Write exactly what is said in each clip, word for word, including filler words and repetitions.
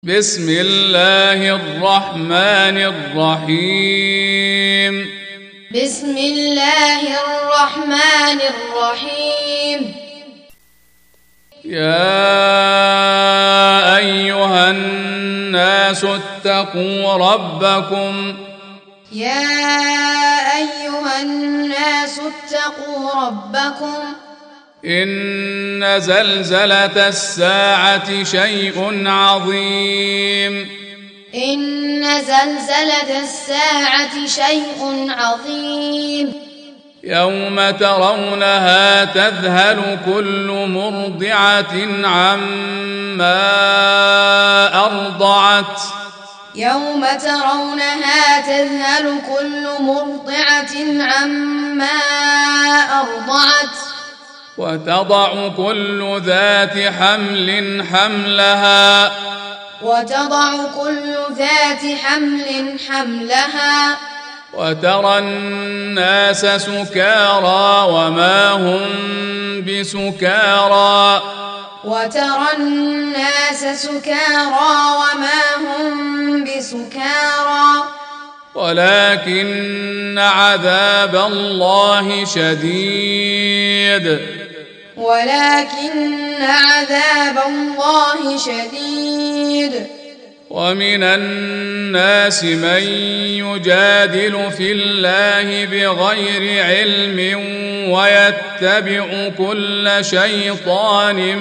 بسم الله الرحمن الرحيم بسم الله الرحمن الرحيم يا أيها الناس اتقوا ربكم يا أيها الناس اتقوا ربكم إن زلزلة الساعة شيء عظيم إن زلزلة الساعة شيء عظيم يوم ترونها تذهل كل مرضعة عما أرضعت يوم ترونها تذهل كل مرضعة عما أرضعت وتضع كل ذات حمل حملها وتضع كل ذات حمل حملها وترى الناس سكارى وما هم بسكارى وترى الناس سكارى وما هم بسكارى ولكن عذاب الله شديد ولكن عذاب الله شديد ومن الناس من يجادل في الله بغير علم ويتبع كل شيطان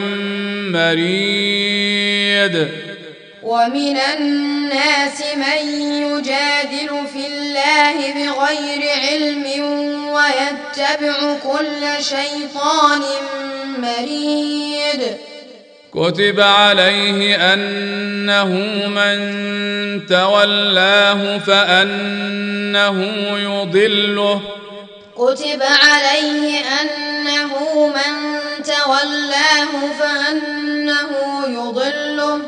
مريد ومن الناس من يجادل في الله بغير علم ويتبع كل شيطان مريد كتب عليه أنه من تولاه فأنه يضله كتب عليه أنه من تولاه فأنه يضله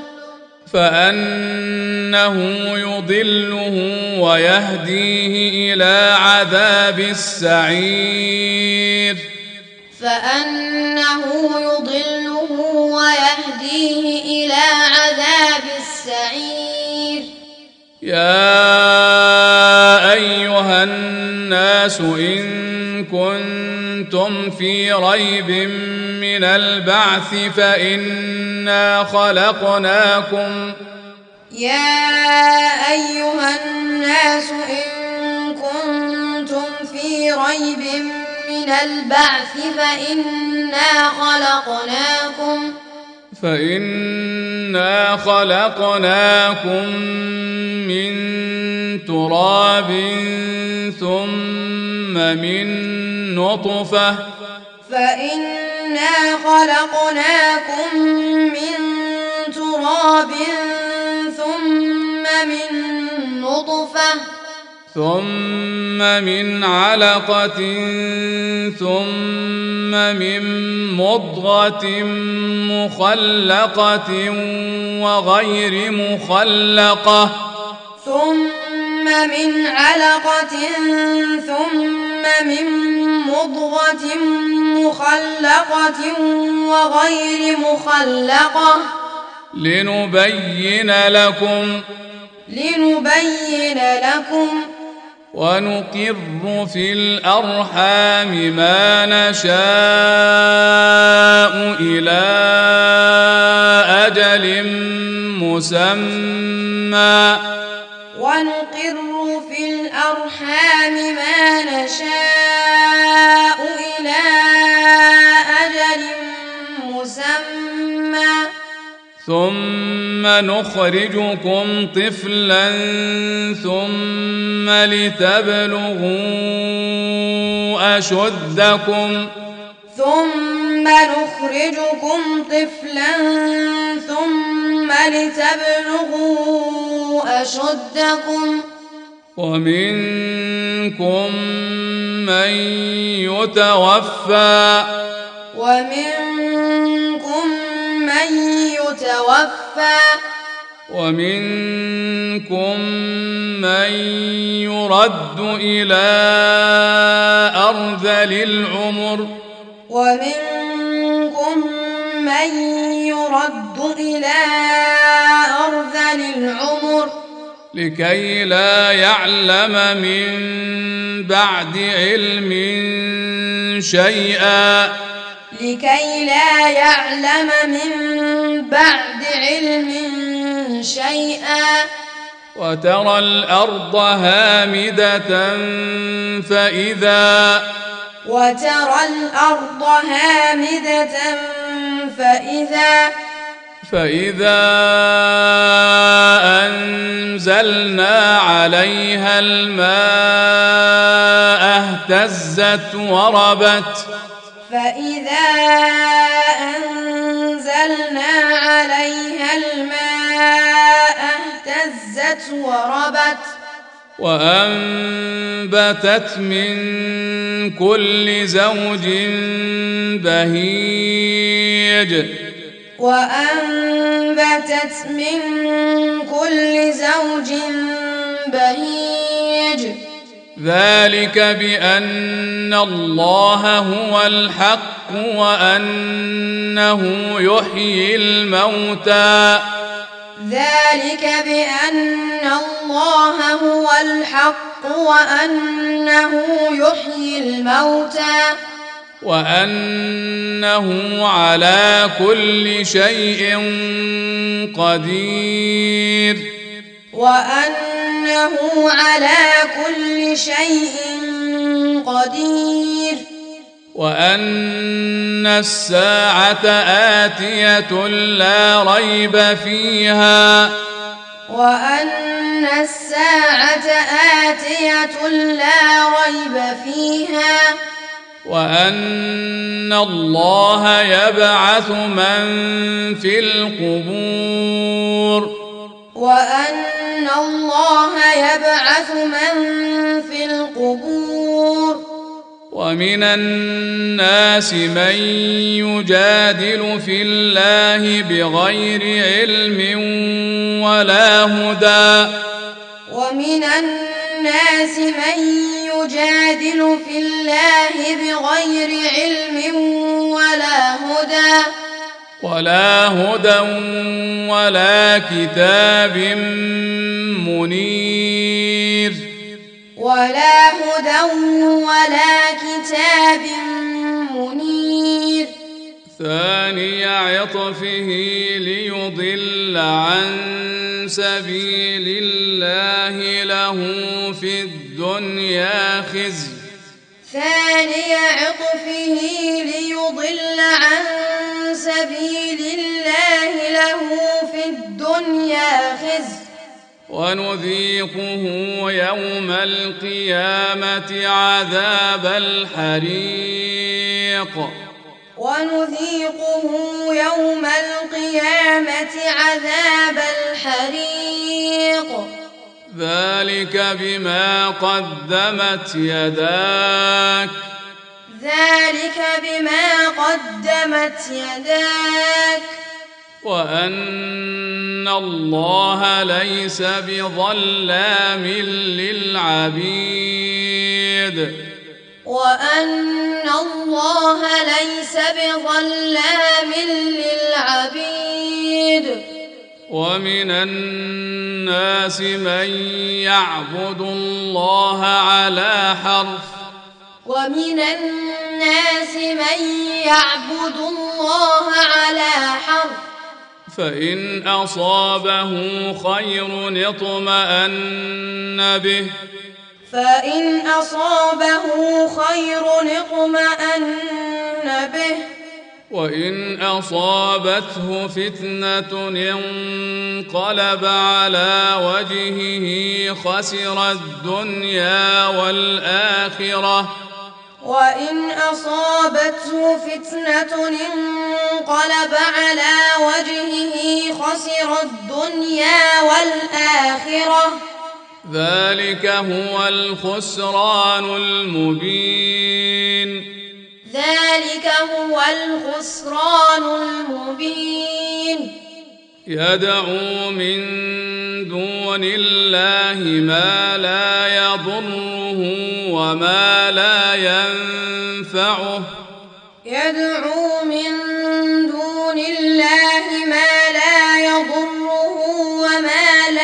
فأنه يضله ويهديه إلى عذاب السعير فأنه يضله ويهديه إلى عذاب السعير يا أيها الناس إن كنتم في ريب من البعث فإنا خلقناكم يا أيها الناس إن كنتم في ريب من البعث فإنا خلقناكم فإنا خلقناكم من تراب ثم من نطفة فإنا خلقناكم من تراب ثم من نطفة ثم من علقة ثم من مضغة مخلقة وغير مخلقة ثم من علقة ثم من مضغة مخلقة وغير مخلقة لنبين لكم لنبين لكم ونقر في الأرحام ما نشاء إلى أجل مسمى ونقر في الأرحام ما نشاء إلى أجل مسمى ثم نخرجكم طفلا ثم لتبلغوا أشدكم ثم نخرجكم طفلا ثم لتبلغوا أشدكم ومنكم من يتوفى ومنكم من يتوفى ومنكم من يرد إلى أرذل العمر ومنكم من يرد إلى أرذل العمر لكي لا يعلم من بعد علم شيئا لكي لا يعلم من بعد علم شيئا وترى الأرض هامدة فإذا وترى الأرض هامدة فإذا فإذا أنزلنا عليها الماء اهتزت وربت فإذا أنزلنا عليها الماء اهتزت وربت وأنبتت من كل زوج بهيج وأنبتت من كل زوج بهيج ذلك بأن الله هو الحق وأنه يحيي الموتى ذلك بأن الله هو الحق وأنه يحيي الموتى وأنه على كل شيء قدير وأنه على كل شيء قدير وأن الساعة آتية لا ريب فيها وأن الساعة آتية لا ريب فيها وأن الله يبعث من في القبور وأن الله يبعث من في القبور ومن الناس من يجادل في الله بغير علم ولا هدى ومن الناس من يجادل في الله بغير علم ولا هدى ولا هدى ولا كتاب منير ولا هدى ولا كتاب منير ثاني عطفه ليضل عن سبيل الله له في الدنيا خزي ثاني عطفه ليضل عن سبيل الله له في الدنيا خزي ونذيقه يوم القيامة عذاب الحريق ونذيقه يوم القيامة عذاب الحريق ذلك بما قدمت يداك ذلك بما قدمت يداك وأن الله ليس بظلام للعبيد وأن الله ليس بظلام للعبيد ومن الناس من يعبد الله على حرف ومن الناس من يعبد الله على حرف فإن أصابه خير اطمأن به فإن أصابه خير اطمأن به وإن أصابته فتنة انقلب على وجهه خسر الدنيا والآخرة وإن أصابته فتنة انقلب على وجهه خسر الدنيا والآخرة ذلك هو الخسران المبين ذلك هو الخسران المبين يدعو من دون الله ما لا يضره وما لا ينفعه يدعو من دون الله ما لا يضره وما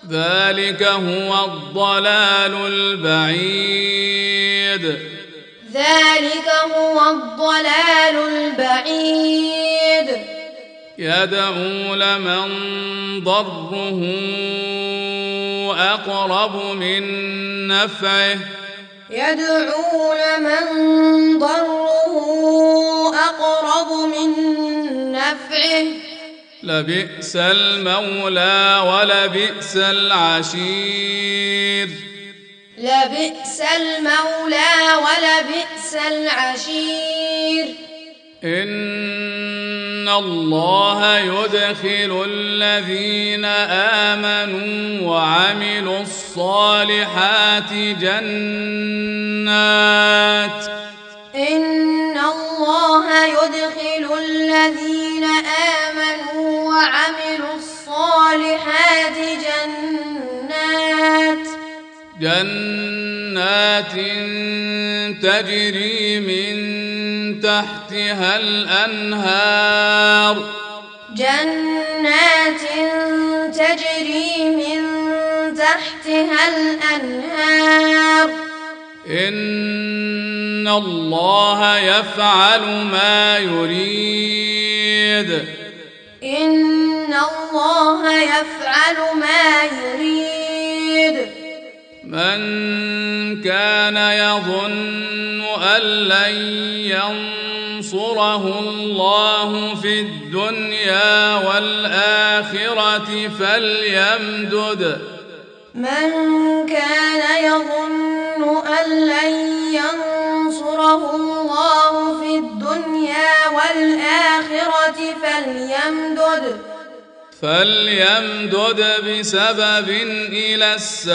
ذلك هو الضلال البعيد ذلك هو الضلال البعيد يدعو لمن ضره أقرب من نفعه يدعو لمن ضره أقرب من نفعه لبئس المولى ولبئس العشير لبئس المولى ولبئس العشير إن الله يدخل الذين آمنوا وعملوا الصالحات جنات إن الله يدخل الذين آمنوا وعملوا الصالحات جنات جنات تجري من تحتها الأنهار جنات تجري من تحتها الأنهار إن الله يفعل ما يريد إن الله يفعل ما يريد من كان يظن أن لن ينصره الله في الدنيا والآخرة فليمدد من كان يظن أن لن ينصره الله في الدنيا والآخرة فليمدد فليمدد بسبب إلى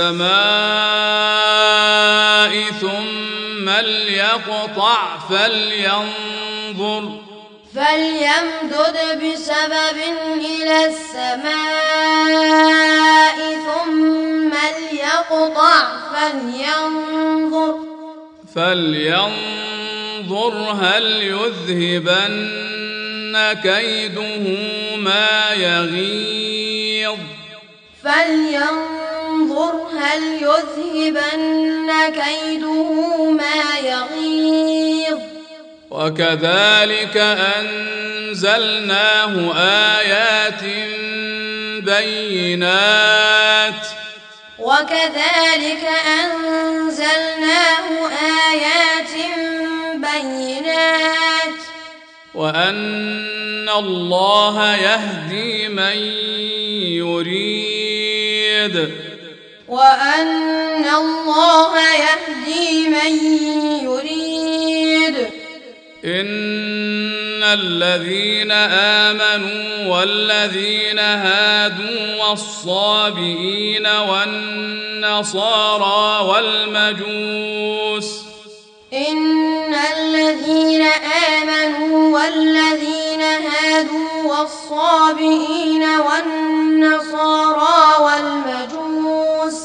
السماء ثم ليقطع فلينظر فليمدد بسبب إلى السماء ثم ليقطع فلينظر فلينظر هل يذهبن كيده ما يغيظ فلينظر هل يذهبن كيده ما يغيظ وكذلك أنزلناه آيات بينات وكذلك أنزلناه آيات بينات وأن الله يهدي من يريد وأن الله يهدي من يريد إن الذين آمنوا والذين هادوا والصابئين والنصارى والمجوس إن الذين آمنوا والذين هادوا والصابئين والنصارى والمجوس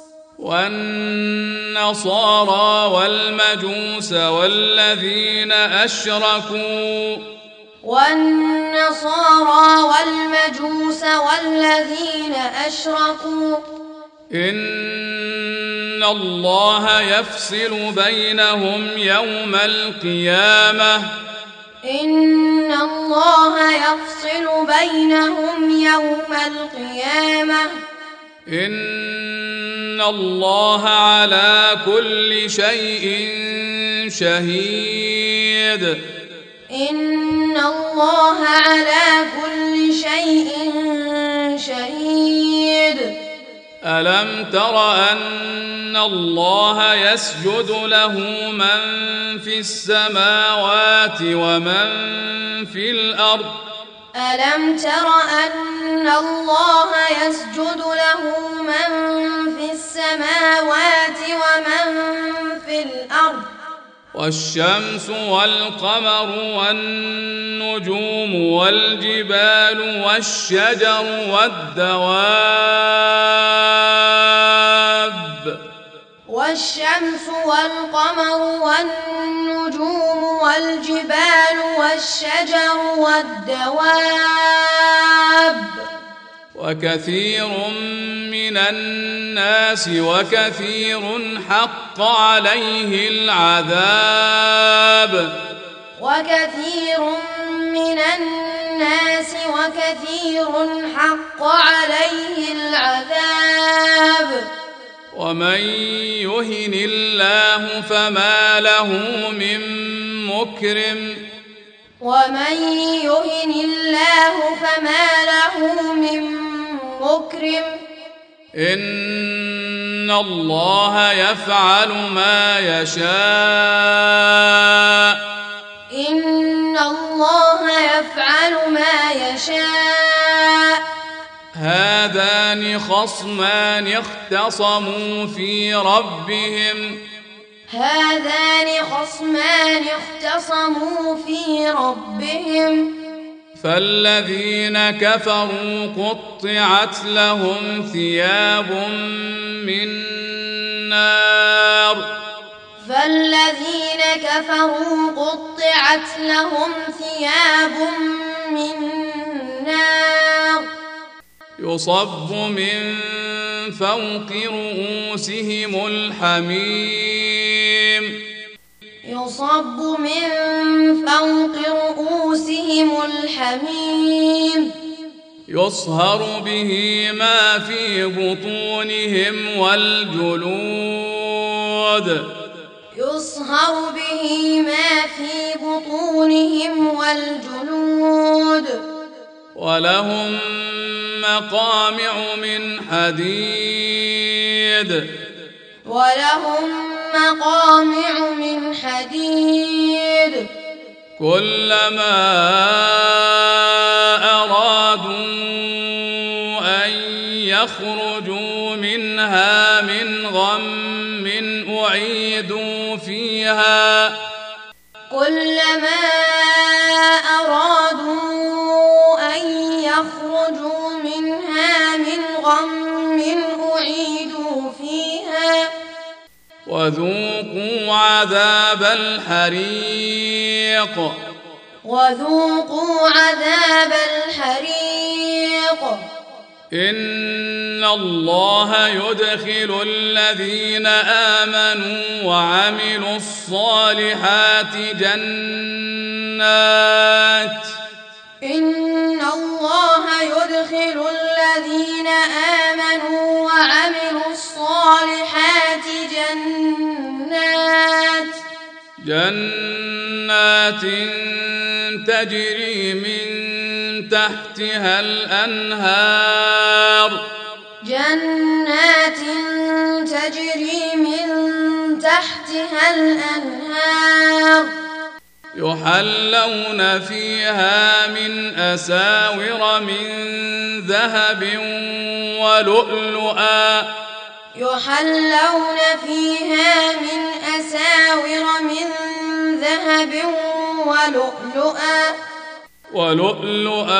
والنصارى والمجوس والذين أشركوا والنصارى والمجوس والذين أشركوا إن الله يفصل بينهم يوم القيامة إن الله يفصل بينهم يوم القيامة إن الله على كل شيء شهيد إن الله على كل شيء شهيد ألم تر أن الله يسجد له من في السماوات ومن في الأرض ألم تر أن الله يسجد له من في السماوات ومن في الأرض والشمس والقمر والنجوم والجبال والشجر والدواب والشمس والقمر والنجوم والجبال والشجر والدواب وكثير من الناس وكثير حق عليه العذاب وكثير من الناس وكثير حق عليه العذاب ومن يهن الله فما له من مكرم ومن يهن الله فما له من مكرم إن الله يفعل ما يشاء إن الله يفعل ما يشاء هذان خصمان اختصموا في ربهم هذان خصمان اختصموا في ربهم فالذين كفروا قطعت لهم ثياب من نار فالذين كفروا قطعت لهم ثياب من نار يصب من فوق رؤوسهم الحميم يصب من فوق رؤوسهم الحميم يصهر به ما في بطونهم والجلود يصهر به ما في بطونهم والجلود ولهم مقامع من حديد ولهم مقامع من حديد كلما أرادوا أن يخرجوا منها من غم أعيدوا فيها كلما أرادوا أن يخرجوا منها من غم أعيدوا فيها وذوقوا عذاب الحريق وذوقوا عذاب الحريق إن الله يدخل الذين آمنوا وعملوا الصالحات جنات إن الله يدخل الذين آمنوا وعملوا الصالحات جنات جنات تجري من تحتها الأنهار جنات تجري من تحتها الأنهار يحلون فيها من أساور من ذهب ولؤلؤا يحلون فيها من أساور من ذهب ولؤلؤا ولؤلؤا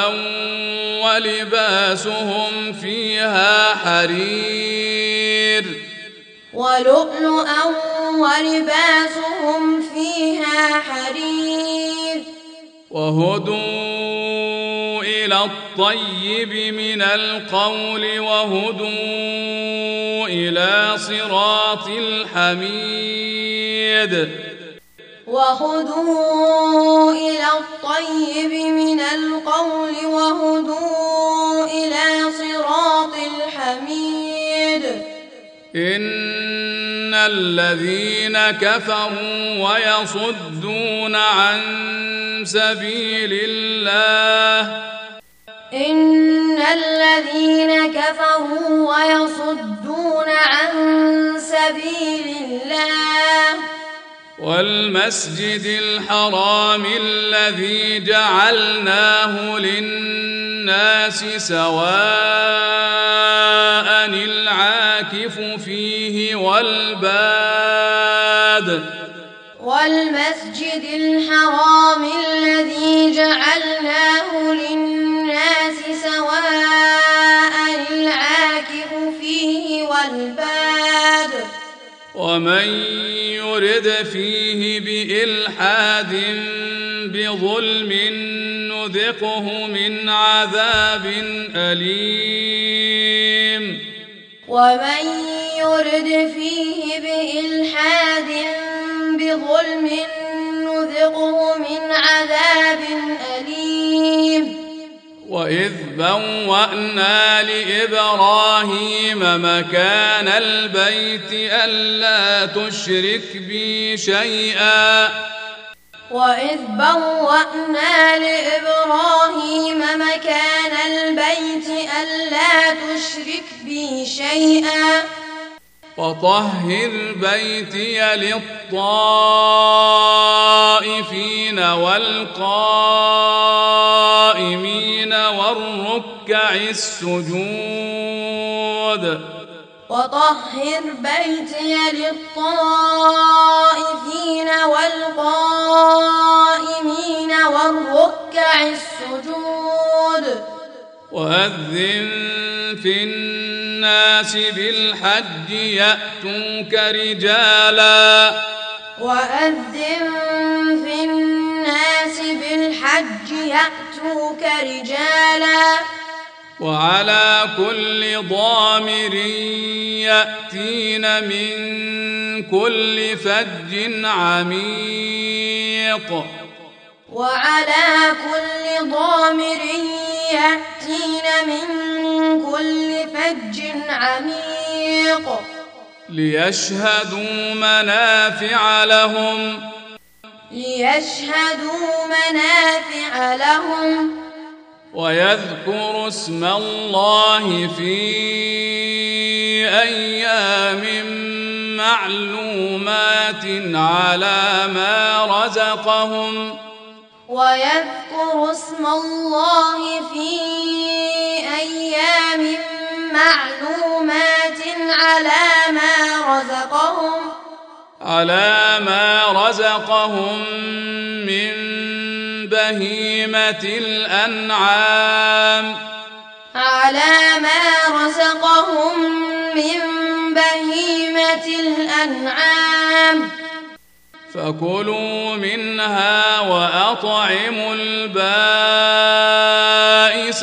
ولباسهم فيها حرير ولؤلؤا ولباسهم فيها حرير وهدوا إلى الطيب من القول وهدوا إلى صراط الحميد وهدوا إلى الطيب من القول وهدوا إلى صراط الحميد إن الذين كفروا ويصدون عن سبيل الله إن الذين كفروا ويصدون عن سبيل الله والمسجد الحرام الذي جعلناه للناس سواء العاكف فيه والباد والمسجد الحرام الذي جعلناه للناس سواء العاكف فيه والباد ومن يرد فيه بإلحاد بظلم نذقه من عذاب أليم ومن يرد فيه بإلحاد بظلم نذقه من عذاب أليم وإذ بوأنا لإبراهيم مكان البيت ألا تشرك بي شيئا وإذ بوأنا لإبراهيم مكان البيت ألا تشرك بي شيئا وطهر بيتي للطائفين والقائمين والركع السجود وطهر بيتي للطائفين والقائمين والركع السجود وأذن في الناس بالحج يأتوك رجالا وأذن في الناس بالحج يأتوك رجالا وعلى كل ضامر يأتين من كل فج عميق وعلى كل ضامر يأتين من كل فج عميق ليشهدوا منافع لهم ليشهدوا منافع لهم ويذكروا اسم الله في أيام معلومات على ما رزقهم ويذكروا اسم الله في أيام معلومات على ما رزقهم على ما رزقهم من بهيمة الأنعام على ما رزقهم من بهيمة الأنعام فكلوا منها وأطعموا البائس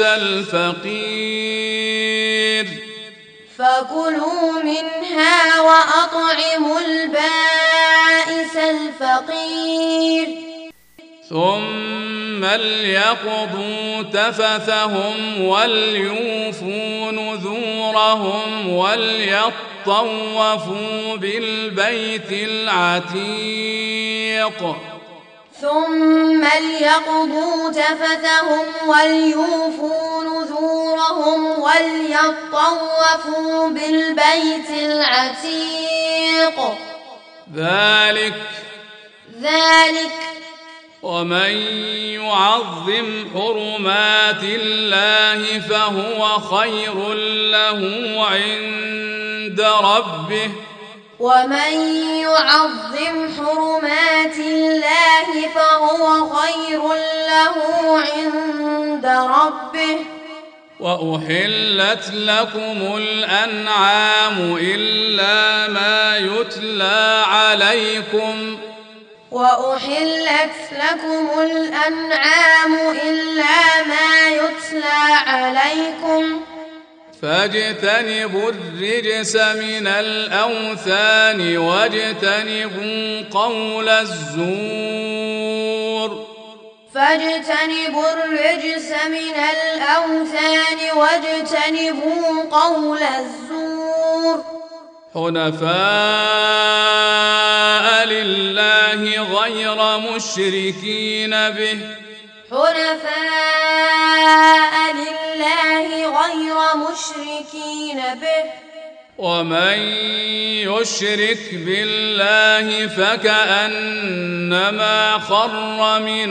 الفقير فكلوا منها وأطعموا البائس الفقير ثم ليقضوا تفثهم وليوفوا نذورهم وليطوفوا بالبيت العتيق ثم ليقضوا تفثهم وليوفوا نذورهم وليطوفوا بالبيت العتيق ذلك ذلك ومن يعظم حرمات الله فهو خير له عند ربه ومن يعظم حرمات الله فهو خير له عند ربه وأحلت لكم الأنعام إلا ما يتلى عليكم وأحلت لكم الأنعام إلا ما يتلى عليكم فاجتنبوا الرجس من الأوثان واجتنبوا قول الزور فاجتنبوا الرجس من الأوثان واجتنبوا قول الزور حنفاء لله غير مشركين به حنفاء لله غير مشركين به ومن يشرك بالله فكأنما خر من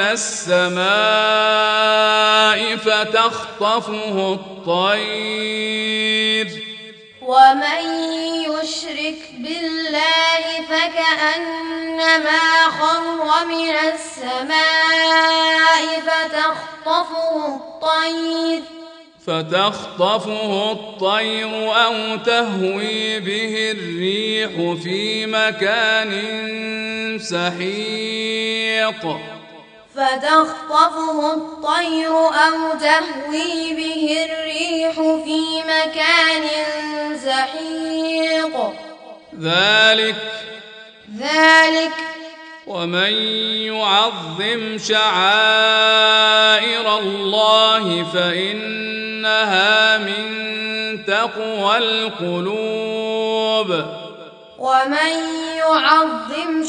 السماء فتخطفه الطير ومن يشرك بالله فكأنما خر من السماء فتخطفه الطير فتخطفه الطير أو تهوي به الريح في مكان سحيق فتخطفه الطير أو تهوي به الريح في مكان زحيق ذلك ذلك ومن يعظم شعائر الله فإنها من تقوى القلوب ومن يعظم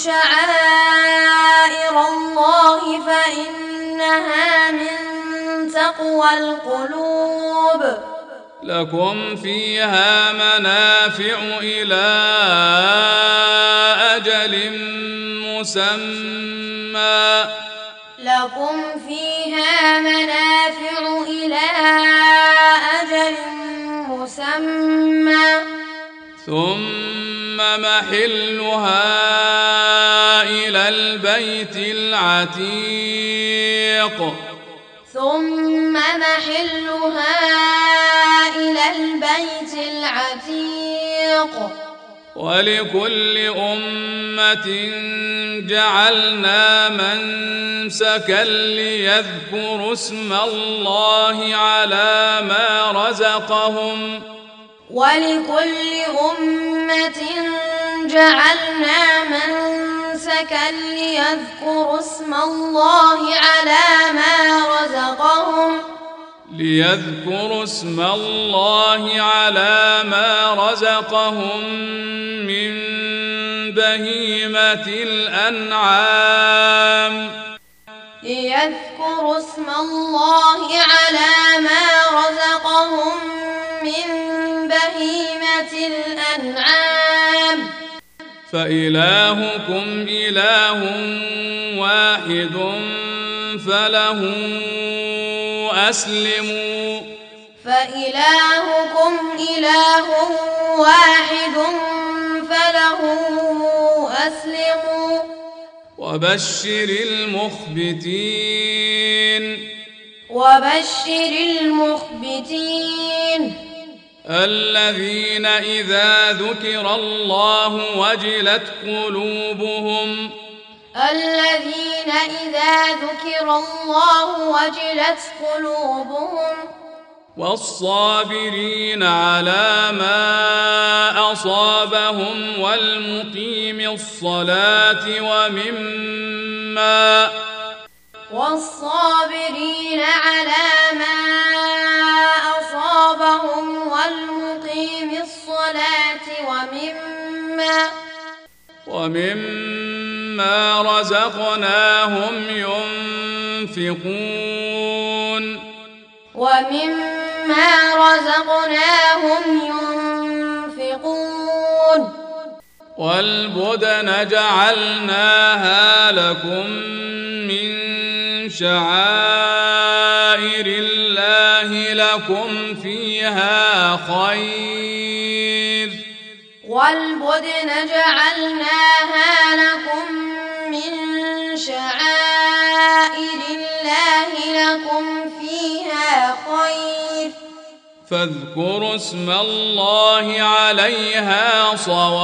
شعائر الله فإنها من تقوى القلوب لكم فيها منافع إلى أجل مسمى لكم فيها منافع إلى أجل مسمى ثم محلها إلى البيت العتيق ثم محلها إلى البيت العتيق ولكل أمة جعلنا منسكا ليذكروا اسم الله على ما رزقهم ولكل أمة جعلنا منسكا ليذكروا اسم الله على ما رزقهم ليذكروا اسم الله على ما رزقهم من بهيمة الأنعام ليذكروا اسم الله على ما رزقهم من بهيمة الأنعام فإلهكم إله واحد فله أسلموا فإلهكم إله واحد فله أسلموا وبشر المخبتين وبشر المخبتين الذين إذا ذكر الله وجلت قلوبهم الذين إذا ذكر الله وجلت قلوبهم والصابرين على ما أصابهم والمقيم الصلاة ومما والصابرين على ما أصابهم والمقيم الصلاة ومما ومما رزقناهم ينفقون ومما رزقناهم ينفقون والبدن جعلناها لكم من شعائر الله لكم فيها خير والبدن جعلناها لكم من شعائر الله لكم فيها خير فاذكروا اسم الله عليها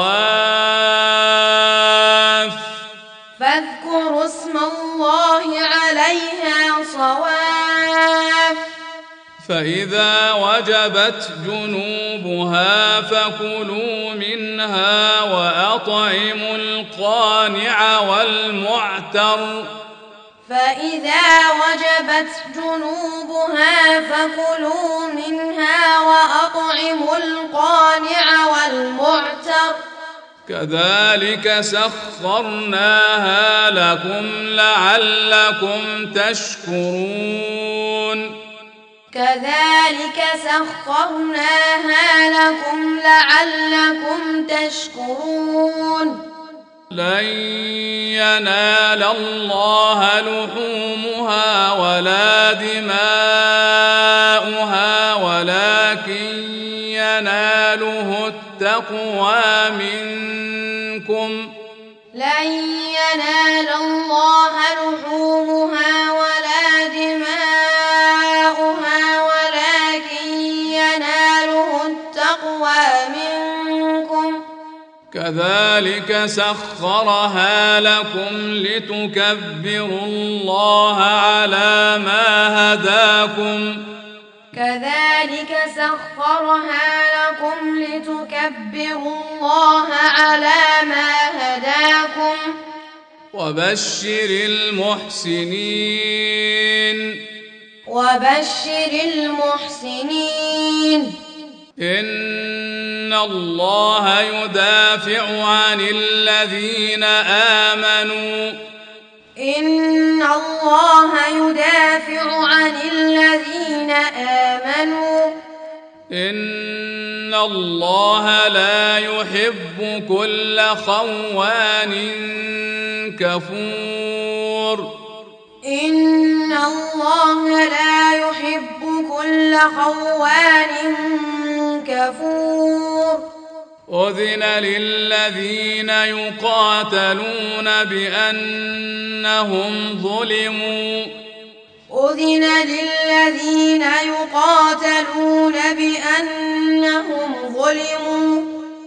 صواف فاذكروا اسم الله عليها صواف فإذا وجبت جنوبها فكلوا منها وأطعموا القانع والمعتر فإذا وجبت جنوبها فكلوا منها وأطعموا القانع والمعتر كذلك سخرناها لكم لعلكم تشكرون كذلك سخرناها لكم لعلكم تشكرون لن ينال الله لحومها ولا دماؤها ولكن يناله التقوى منكم لن ينال الله لحومها ولا دماؤها ولكن يناله التقوى منكم كذلك سخرها لكم لتكبروا الله على ما هداكم كذلك سخرها لكم لتكبروا الله على ما هداكم وبشر المحسنين وبشر المحسنين إن الله يدافع عن الذين آمنوا إن الله يدافع عن الذين آمنوا إن الله لا يحب كل خوان كفور إن الله لا يحب كل خوان كفور أذن للذين يقاتلون بأنهم ظلموا أذن للذين يقاتلون بأنهم ظلموا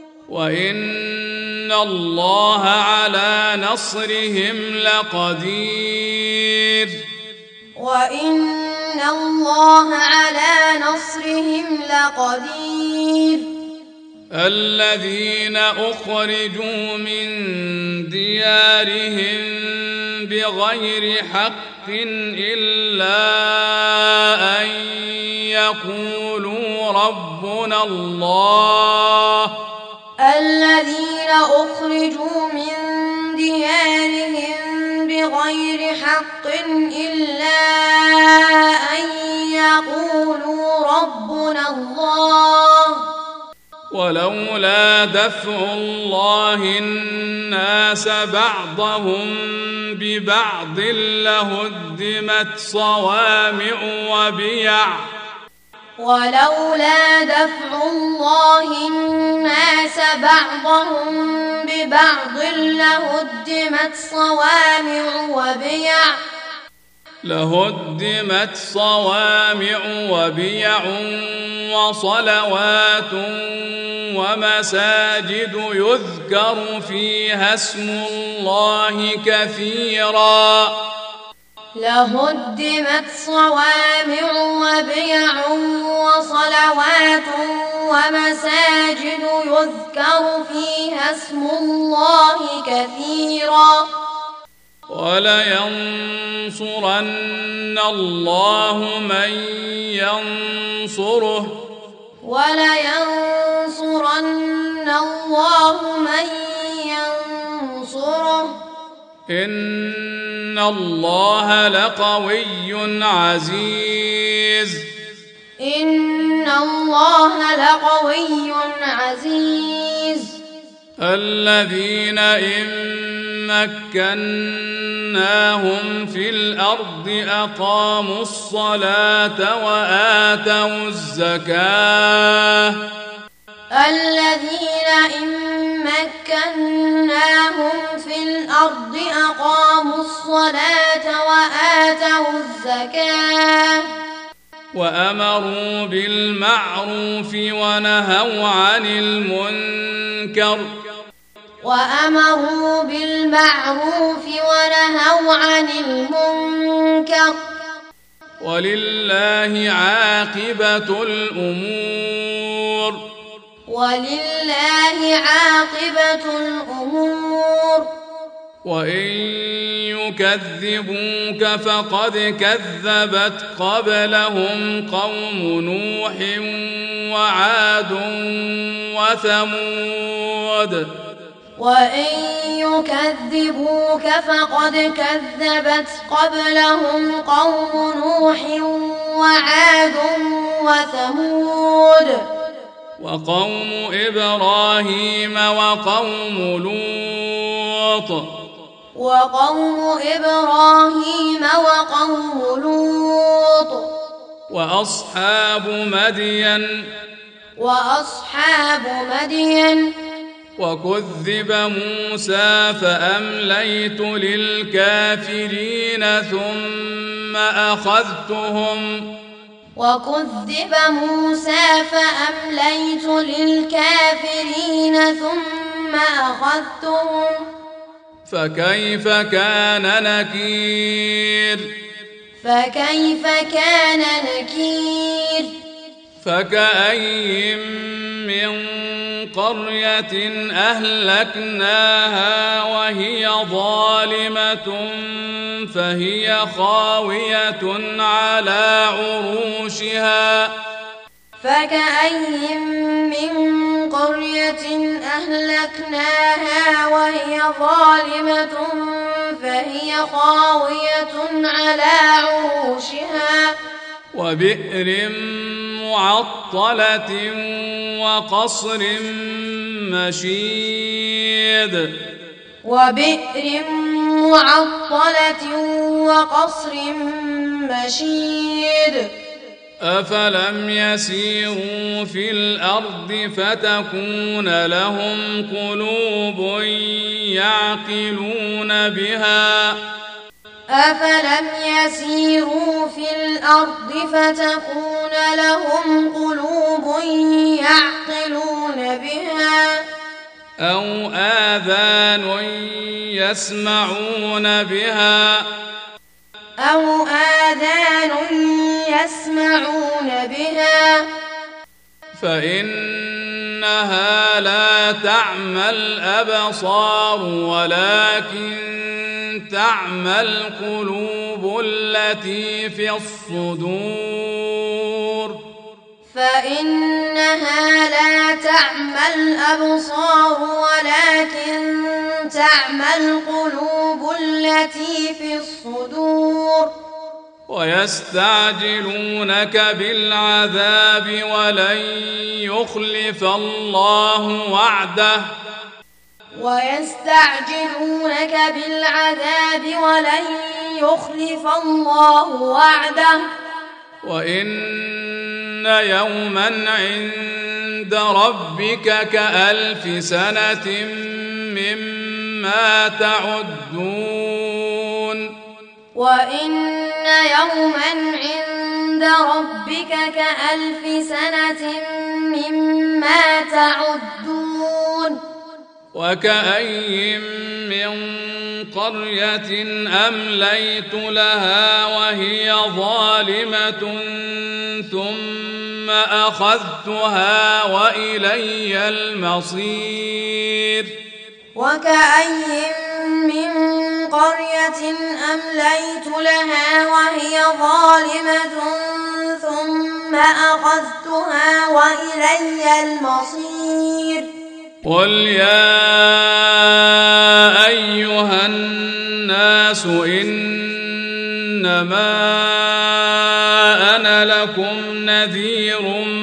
وإن الله على نصرهم لقدير وإن الله على نصرهم لقدير الذين أخرجوا من ديارهم بغير حق إلا أن يقولوا ربنا الله الذين أخرجوا من ديارهم بغير حق إلا أن يقولوا ربنا الله ولولا دفع الله الناس بعضهم ببعض لهدمت صوامع وبيع ولولا دفع الله الناس بعضهم ببعض لهدمت صوامع وبيع لهدمت صوامع وبيع وصلوات ومساجد يذكر فيها اسم الله كثيرا لهدمت صوامع وبيع وصلوات ومساجد يذكر فيها اسم الله كثيرا ولينصرن الله من ينصره ولينصرن الله من ينصره إن الله لقوي عزيز إن الله لقوي عزيز الذين إن مكناهم في الأرض أقاموا الصلاة وآتوا الزكاة الذين إن مكناهم في الأرض أقاموا الصلاة وآتوا الزكاة وأمروا بالمعروف ونهوا عن المنكر وأمروا بالمعروف ونهوا عن المنكر ولله عاقبة الأمور ولله عاقبة الأمور وإن يكذبوك فقد كذبت قبلهم قوم نوح وعاد وثمود وإن يكذبوك فقد كذبت قبلهم قوم نوح وعاد وثمود وقوم إبراهيم وقوم لوط وقوم إبراهيم وقوم لوط وأصحاب مدين وأصحاب مدين وكذب موسى فأمليت للكافرين ثم أخذتهم وكذب موسى فأمليت للكافرين ثم ثم أخذتهم فكيف كان نكير فكيف كان نكير فكأي من قرية أهلكناها وهي ظالمة فهي خاوية على عروشها فكأي من قرية أهلكناها وهي ظالمة فهي خاوية على عروشها وبئر معطلة وقصر مشيد وبئر معطلة وقصر مشيد أفلم يسيروا في الأرض فتكون لهم قلوب يعقلون بها أفلم يسيروا في الأرض فتكون لهم قلوب يعقلون بها أو آذان يسمعون بها أو آذان يسمعون بها فإنها لا تعمى الأبصار ولكن تعمى القلوب التي في الصدور فإنها لا تعمى الأبصار ولكن تعمى القلوب التي في الصدور ويستعجلونك بالعذاب ولن يخلف الله وعده ويستعجلونك بالعذاب ولن يخلف الله وعده وإن يوما عند ربك كألف سنة مما تعدون وإن يوما عند ربك كألف سنة مما تعدون وكأي من قرية أمليت لها وهي ظالمة ثم أخذتها وإلي المصير وكأي من قرية أمليت لها وهي ظالمة ثم أخذتها وإلي المصير قل يا أيها الناس إنما أنا لكم نذير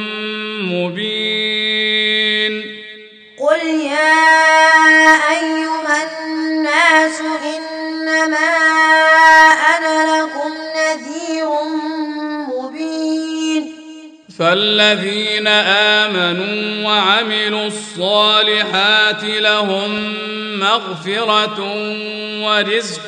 مبين قل يا أيها الناس إنما أنا لكم نذير مبين فالذين آمنوا وعملوا الصالحات لهم مغفرة ورزق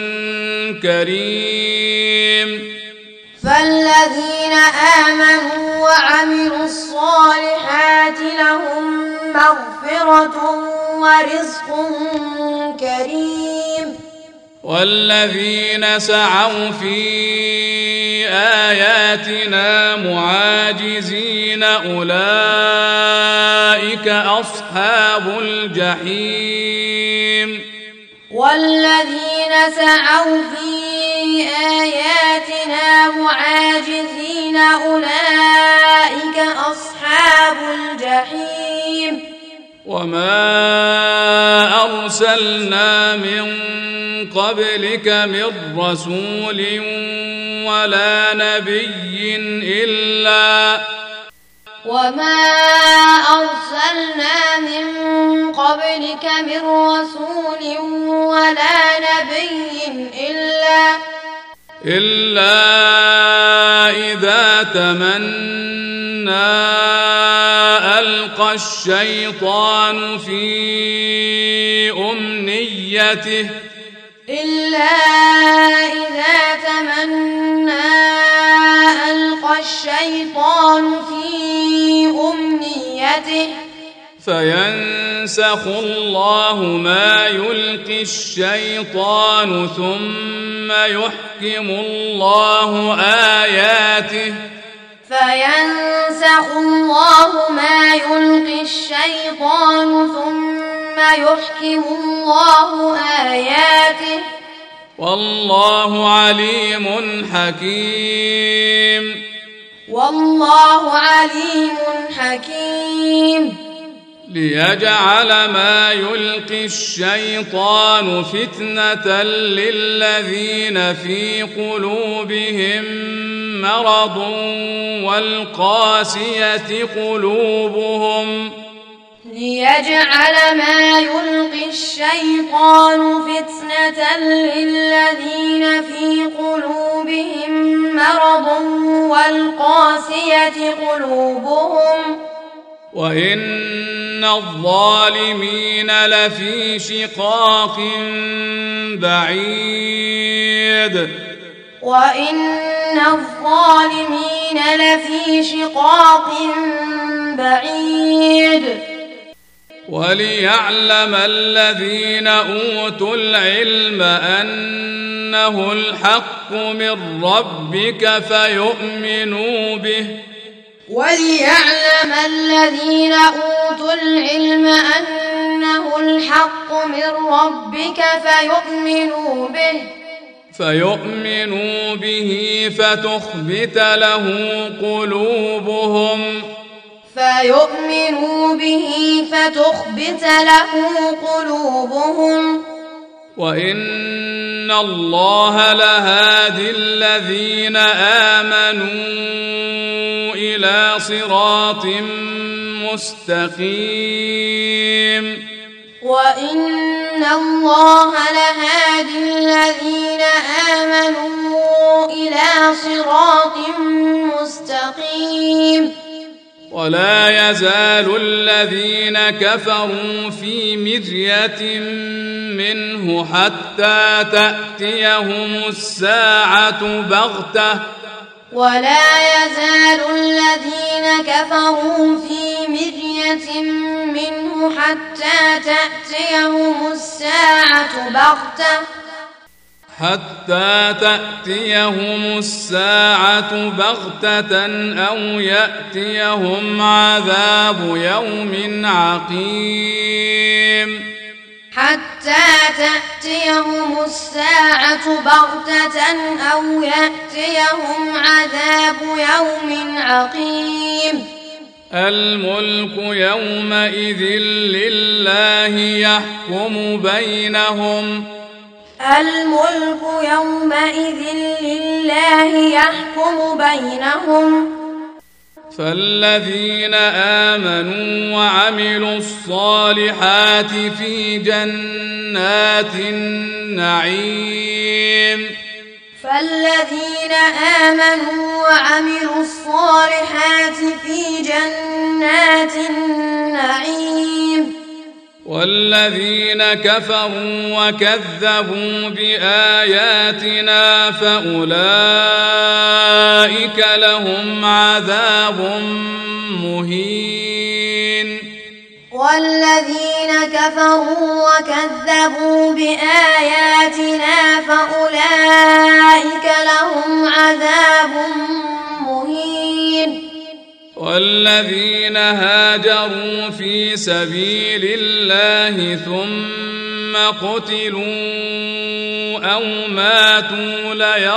كريم فالذين آمنوا وعملوا الصالحات لهم مغفرة ورزق كريم والذين سعوا في آياتنا معاجزين أولئك أصحاب الجحيم والذين سعوا في آياتنا معاجزين أولئك أصحاب الجحيم وما أرسلنا من قبلك من رسول ولا نبي إلا وما أرسلنا من قبلك من رسول ولا نبي إلا إلا إذا تمنى ألقى الشيطان في أمنيته إلا إذا تمنى ألقى الشيطان في أمنيته فينسى ينسخ الله ما يلقي الشيطان ثم يحكم الله آياته فينسخ الله ما يلقي الشيطان ثم يحكم الله آياته والله عليم حكيم والله عليم حكيم ليجعل ما يلقي الشيطان فتنة للذين في قلوبهم مرض والقاسية قلوبهم ليجعل ما يلقي الشيطان فتنة للذين في قلوبهم مرض والقاسية قلوبهم وإن الظالمين لفي شقاق بعيد وإن الظالمين لفي شقاق بعيد وليعلم الذين أوتوا العلم أنه الحق من ربك فيؤمنوا به وليعلم الذين أوتوا العلم أنه الحق من ربك فيؤمنوا به فيؤمنوا به فتخبت له قلوبهم فيؤمنوا به فتخبت له قلوبهم وإن الله لهادي الذين آمنوا إلى صراط مستقيم وإن الله لهادي الذين آمنوا إلى صراط مستقيم ولا يزال الذين كفروا في مرية منه حتى تأتيهم الساعة بغتة ولا يزال الذين كفروا في مرية منه حتى تأتيهم الساعة بغتة حتى تأتيهم الساعة بغتة أو يأتيهم عذاب يوم عقيم حتى تأتيهم الساعة بغتة أو يأتيهم عذاب يوم عقيم الملك يومئذ لله يحكم بينهم الملك يومئذ لله يحكم بينهم فالذين آمنوا وعملوا الصالحات في جنات النعيم فالذين آمنوا وعملوا الصالحات في جنات النعيم والذين كفروا وكذبوا بآياتنا فأولئك لهم عذاب مهين والذين كفروا وكذبوا بآياتنا فأولئك لهم عذاب مهين والذين هاجروا في سبيل الله ثم قتلوا أو ماتوا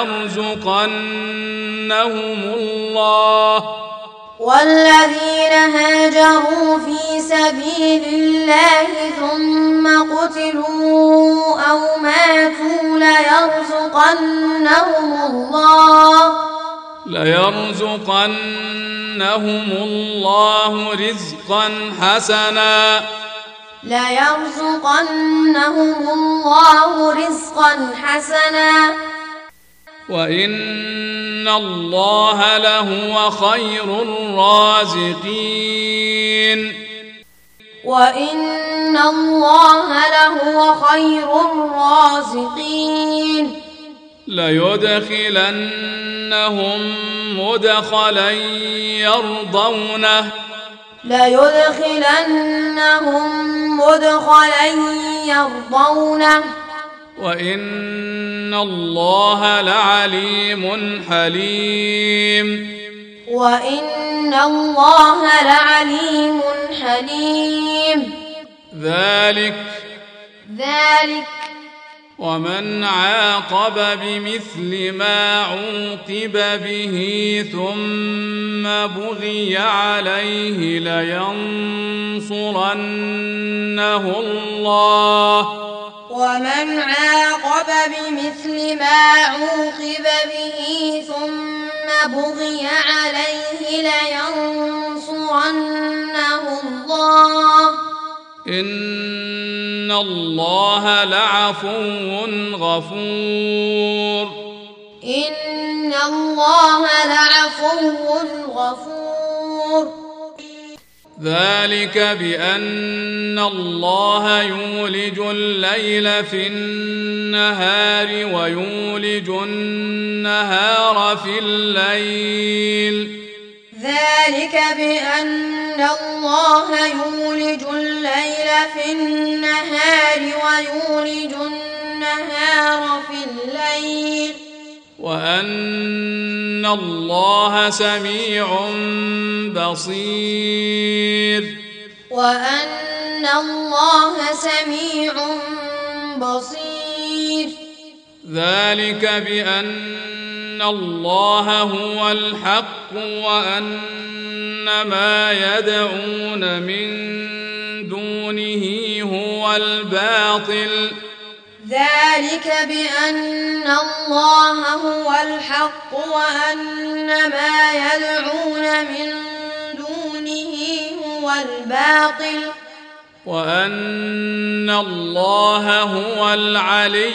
ليرزقنهم الله والذين هاجروا في سبيل الله ثم قتلوا أو ماتوا ليرزقنهم الله ليرزقنهم الله رزقا حسنا ليرزقنهم الله رزقا حسنا وإن الله لهو خير الرازقين وإن الله لهو خير الرازقين ليدخلنهم مدخلا يرضونه ليدخلنهم مدخلا يرضونه وإن الله لعليم حليم وإن الله لعليم حليم ذلك ذلك ومن عاقب بمثل ما عوقب به ثم بغي عليه لينصرنه الله ومن عاقب بمثل ما عوقب به ثم بغي عليه لينصرنه الله إن الله لعفو غفور إن الله لعفو غفور ذلك بأن الله يولج الليل في النهار ويولج النهار في الليل ذلك بأن الله يولج الليل في النهار ويولج النهار في الليل وأن الله سميع بصير وأن الله سميع بصير ذلك بأن الله هو الحق وأن ما يدعون من دونه هو الباطل ذلك بأن الله هو الحق وأن ما يدعون من دونه هو الباطل وأن الله هو العلي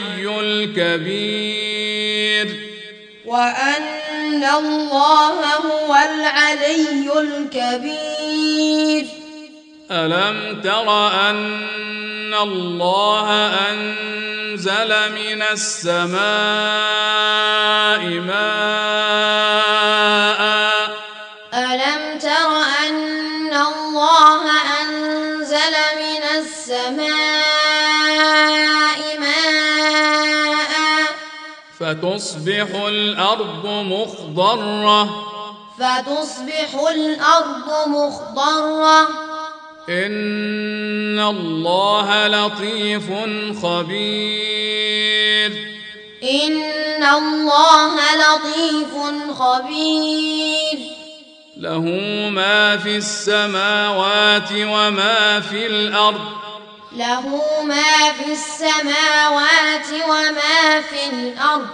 الكبير وأن الله هو العلي الكبير ألم تر أن الله أنزل من السماء ماء ألم تر أن الله أنزل من السماء ماء فتصبح الأرض مخضرة فتصبح الأرض مخضرة إن الله لطيف خبير إن الله لطيف خبير له ما في السماوات وما في الأرض له ما في السماوات وما في الأرض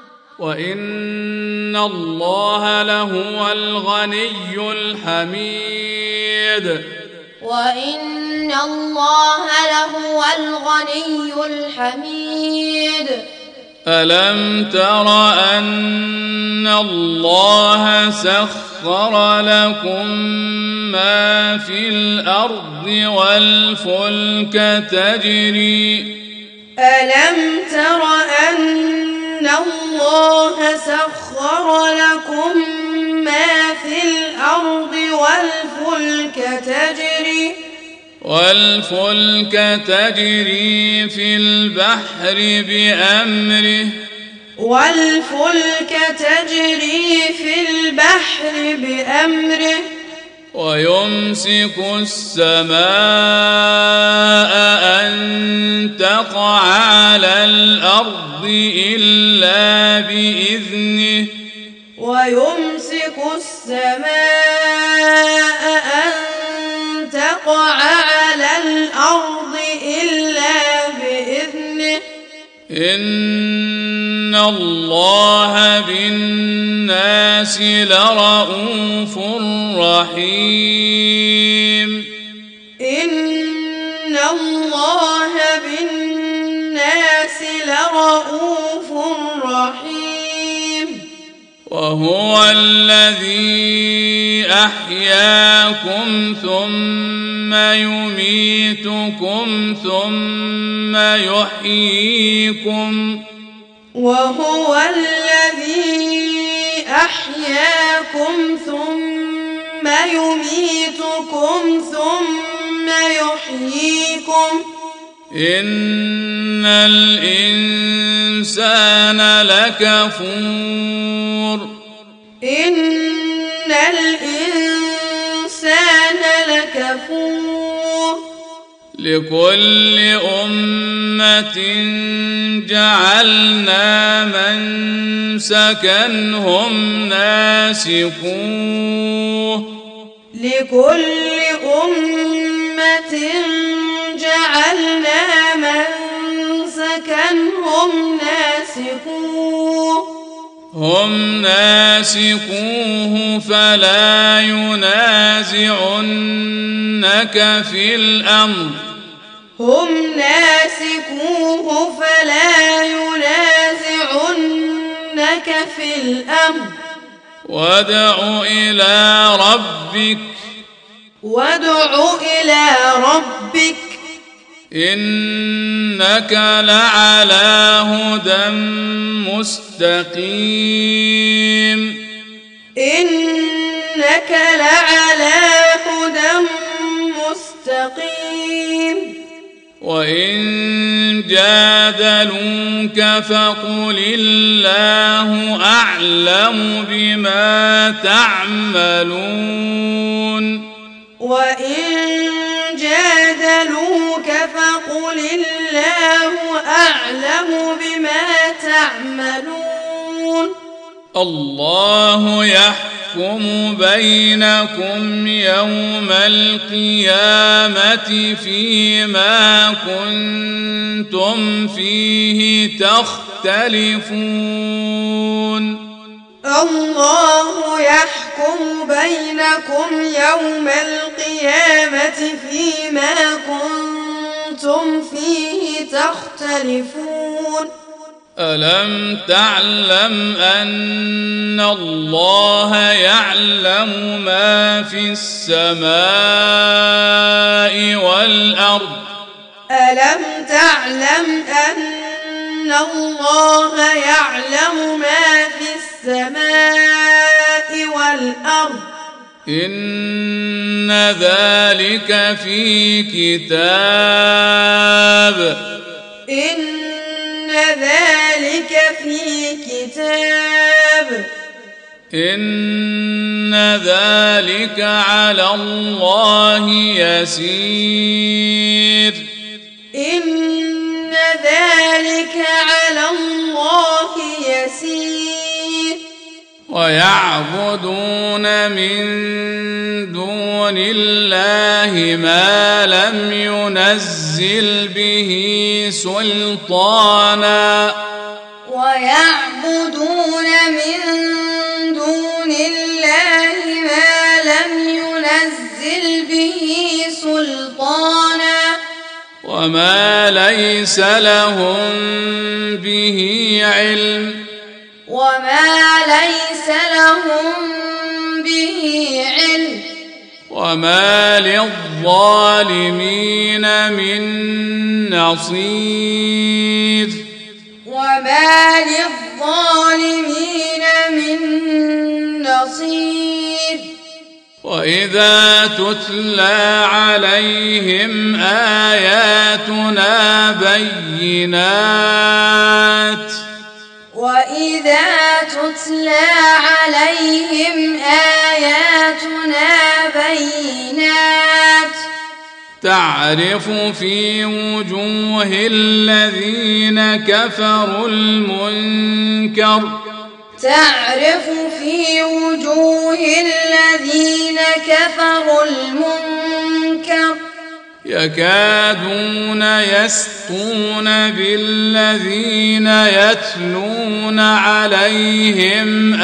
وإن الله لهو الغني الحميد وإن الله لهو الغني الحميد ألم تر أن الله سخر لكم ما في الأرض والفلك تجري ألم تر أن الله سخر لكم ما في الأرض والفلك تجري والفلك تجري في البحر بأمره والفلك تجري في البحر بأمره ويمسك السماء أن تقع على الأرض إلا بإذنه ويمسك السماء أن تقع على الأرض إلا بإذنه إن الله بالناس لرءوف رحيم إن الله بالناس لرءوف رحيم وهو الذي أحياكم ثم يميتكم ثم يحييكم وهو الذي أحياكم ثم يميتكم ثم يحييكم إن الإنسان لكفور إن الإنسان لكفور لكل أمة جعلنا منسكا هم ناسكوه لكل أمة جعلنا منسكا هم ناسكوه هم ناسكوه فلا ينازعنك في الأمر هم ناسكوه فلا ينازعنك في الأمر وادع إلى ربك وادع إلى ربك إنك لعلى هدى مستقيم إنك لعلى هدى مستقيم وإن جادلوك فقل الله أعلم بما تعملون وإن جادلوك فقل الله أعلم بما تعملون الله يحكم بينكم يوم القيامة فيما كنتم فيه تختلفون الله يحكم بينكم يوم القيامة فيما كنتم فيه تختلفون ألم تعلم أن الله يعلم ما في السماء والأرض ألم تعلم أن الله يعلم ما في السماء والأرض إن ذلك في كتاب إن ذلك في كتاب إن ذلك على الله يسير إن ذلك على الله يسير ويعبدون من دون الله ما لم ينزل به سلطانا ويعبدون من دون الله ما لم ينزل به سلطانا وما ليس لهم به علم وما ليس لهم به علم وما للظالمين من نصير وما للظالمين من نصير وإذا تتلى عليهم آياتنا بينات وإذا تتلى عليهم آياتنا بينات تعرف في وجوه الذين كفروا المنكر تعرف في وجوه الذين كفروا المنكر يكادون يسطون بالذين يتلون عليهم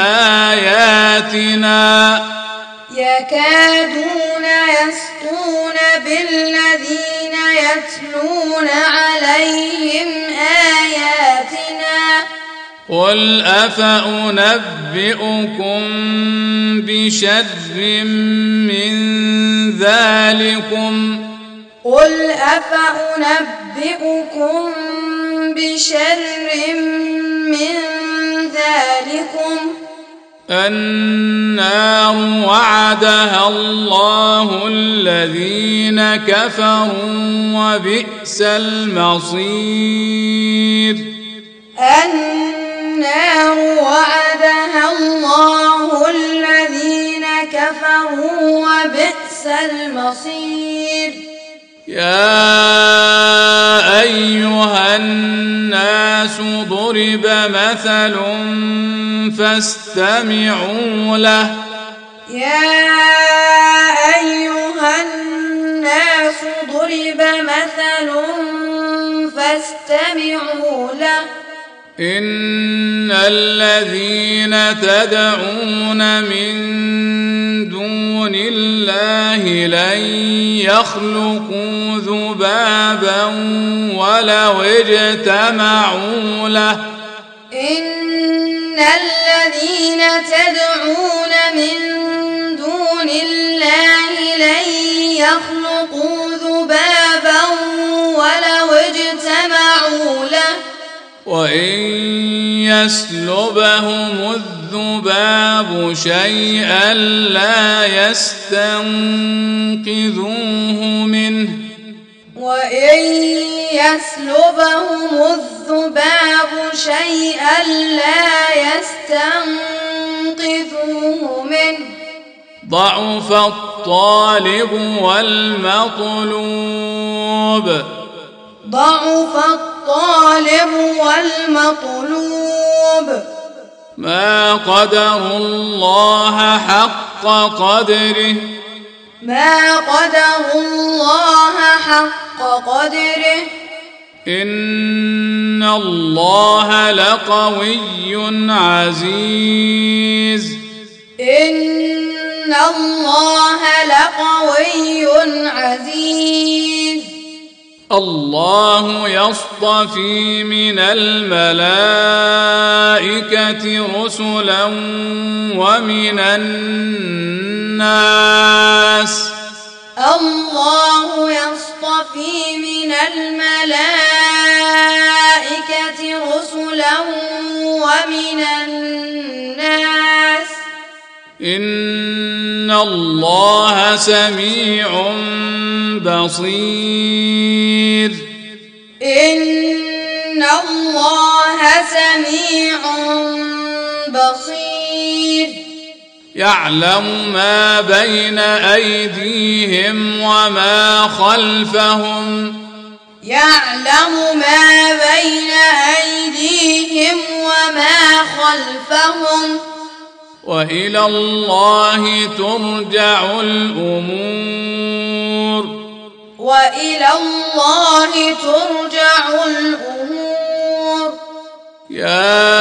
آياتنا يكادون يسطون بالذين يتلون عليهم آياتنا قل أفأنبئكم بشر من ذلكم قل أفأنبئكم بشر من ذلكم النار وعدها الله الذين كفروا وبئس المصير. النار وعدها الله الذين كفروا وبئس المصير. يا أيها الناس ضرب مثل فاستمعوا له. يا أيها الناس ضرب مثل فاستمعوا له. إن الذين تدعون من دون الله لن يخلقوا ذبابا ولو اجتمعوا له. إن الذين تدعون من دون الله لن يخلقوا ذبابا ولو اجتمعوا له. وإن يسلبهم الذباب شيئا لا يستنقذوه منه. وإن يسلبهم الذباب شيئا لا يستنقذوه منه. ضعف الطالب والمطلوب. ضعف الطالب والمطلوب. ما قدروا الله حق قدره. ما قدروا الله حق قدره. إن الله لقوي عزيز. إن الله لقوي عزيز. الله يصطفي من الملائكة رسلا ومن الناس. الله يصطفي من الملائكة رسلا ومن الناس. إن الله سميع بصير. إن الله سميع بصير. يعلم ما بين أيديهم وما خلفهم. يعلم ما بين أيديهم وما خلفهم. وإلى الله ترجع الأمور. وإلى الله ترجع الأمور. يا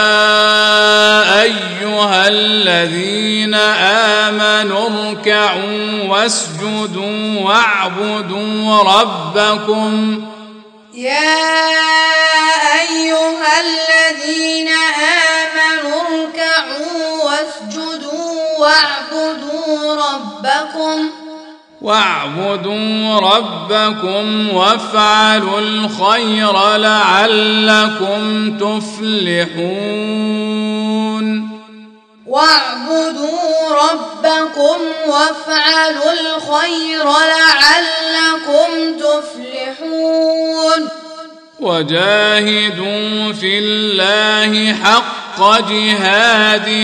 أيها الذين آمنوا اركعوا واسجدوا واعبدوا ربكم. يا أيها الذين آمنوا اركعوا واسجدوا واعبدوا ربكم. واعبدوا ربكم وافعلوا الخير لعلكم تفلحون. واعبدوا ربكم وافعلوا الخير لعلكم تفلحون. وجاهدوا في الله حق جهاده.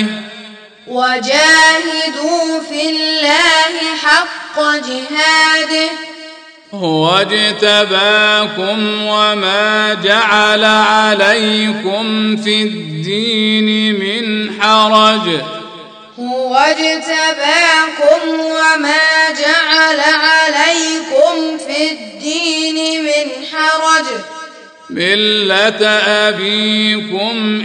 وجاهدوا في الله حق جهاده. هو اجتباكم وما جعل عليكم في الدين من حرج. هو اجتباكم وما جعل عليكم في الدين من حرج. ملة أبيكم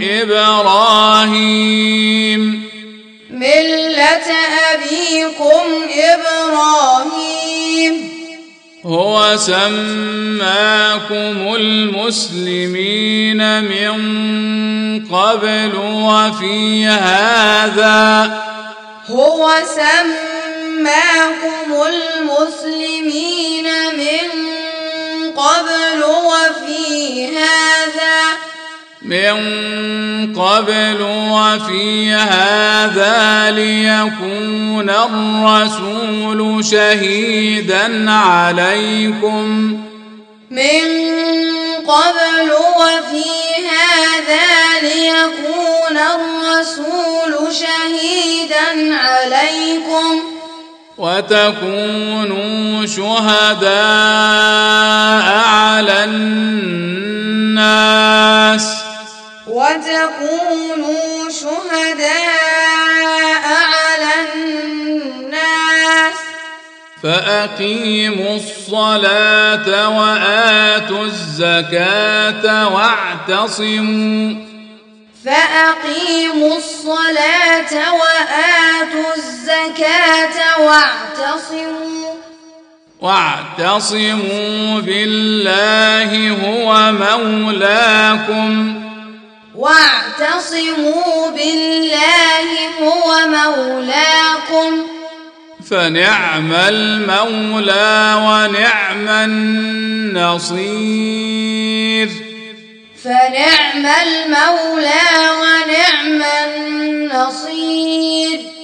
إبراهيم. ملة أبيكم إبراهيم. هو سماكم المسلمين من قبل وفي هذا. هو سماكم المسلمين من قبل وفي هذا. من قبل وفي هذا ليكون الرسول شهيدا عليكم من قبل وفي هذا ليكون الرسول شهيدا عليكم وتكونوا شهداء على الناس وتكونوا شهداء على الناس فأقيموا الصلاة وآتوا الزكاة واعتصموا فأقيموا الصلاة وآتوا الزكاة واعتصموا واعتصموا بالله هو مولاكم واعتصموا بالله هو مولاكم فنعم المولى ونعم النصير فنعم المولى ونعم النصير